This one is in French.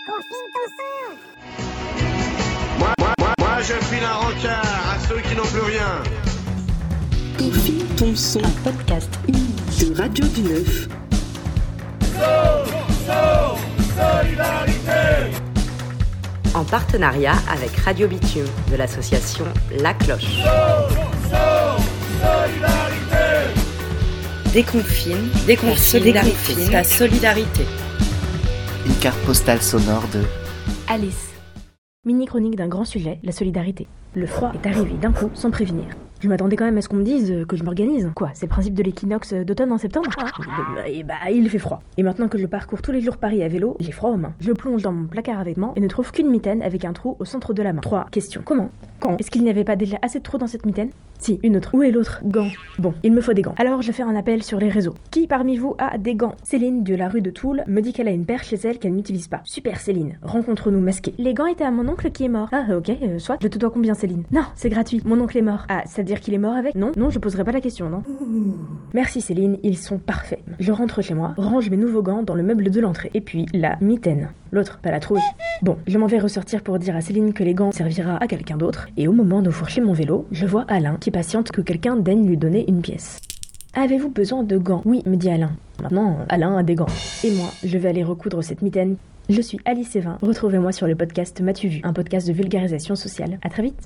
Confine ton sang. Moi, je file un rencard à ceux qui n'ont plus rien. Confine ton son, un podcast de Radio du Neuf. Solidarité. En partenariat avec Radio Bitume de l'association La Cloche. Solidarité. Déconfine ta solidarité. Une carte postale sonore de Alice. Mini-chronique d'un grand sujet, la solidarité. Le froid est arrivé d'un coup sans prévenir. Je m'attendais quand même à ce qu'on me dise que je m'organise. Quoi, c'est le principe de l'équinoxe d'automne en septembre? Et bah, il fait froid. Et maintenant que je parcours tous les jours Paris à vélo, j'ai froid aux mains. Je plonge dans mon placard à vêtements et ne trouve qu'une mitaine avec un trou au centre de la main. 3 questions. Comment? Quand? Est-ce qu'il n'y avait pas déjà assez de trous dans cette mitaine? Si, une autre. Où est l'autre? Gants. Bon, il me faut des gants. Alors je fais un appel sur les réseaux. Qui parmi vous a des gants? Céline de la rue de Toul me dit qu'elle a une paire chez elle qu'elle n'utilise pas. Super Céline, rencontre-nous masqués. Les gants étaient à mon oncle qui est mort. Ah ok, soit. Je te dois combien Céline? Non, c'est gratuit. Mon oncle est mort. Ah, c'est-à-dire qu'il est mort avec? Non, je poserai pas la question, non. Merci Céline, ils sont parfaits. Je rentre chez moi, range mes nouveaux gants dans le meuble de l'entrée. Et puis la mitaine. L'autre, pas la trouille. Bon, je m'en vais ressortir pour dire à Céline que les gants servira à quelqu'un d'autre. Et au moment de fourcher mon vélo, je vois Alain qui patiente que quelqu'un daigne lui donner une pièce. Avez-vous besoin de gants? Oui, me dit Alain. Maintenant, Alain a des gants. Et moi, je vais aller recoudre cette mitaine. Je suis Alice Evin. Retrouvez-moi sur le podcast M'as-tu vu, un podcast de vulgarisation sociale. À très vite.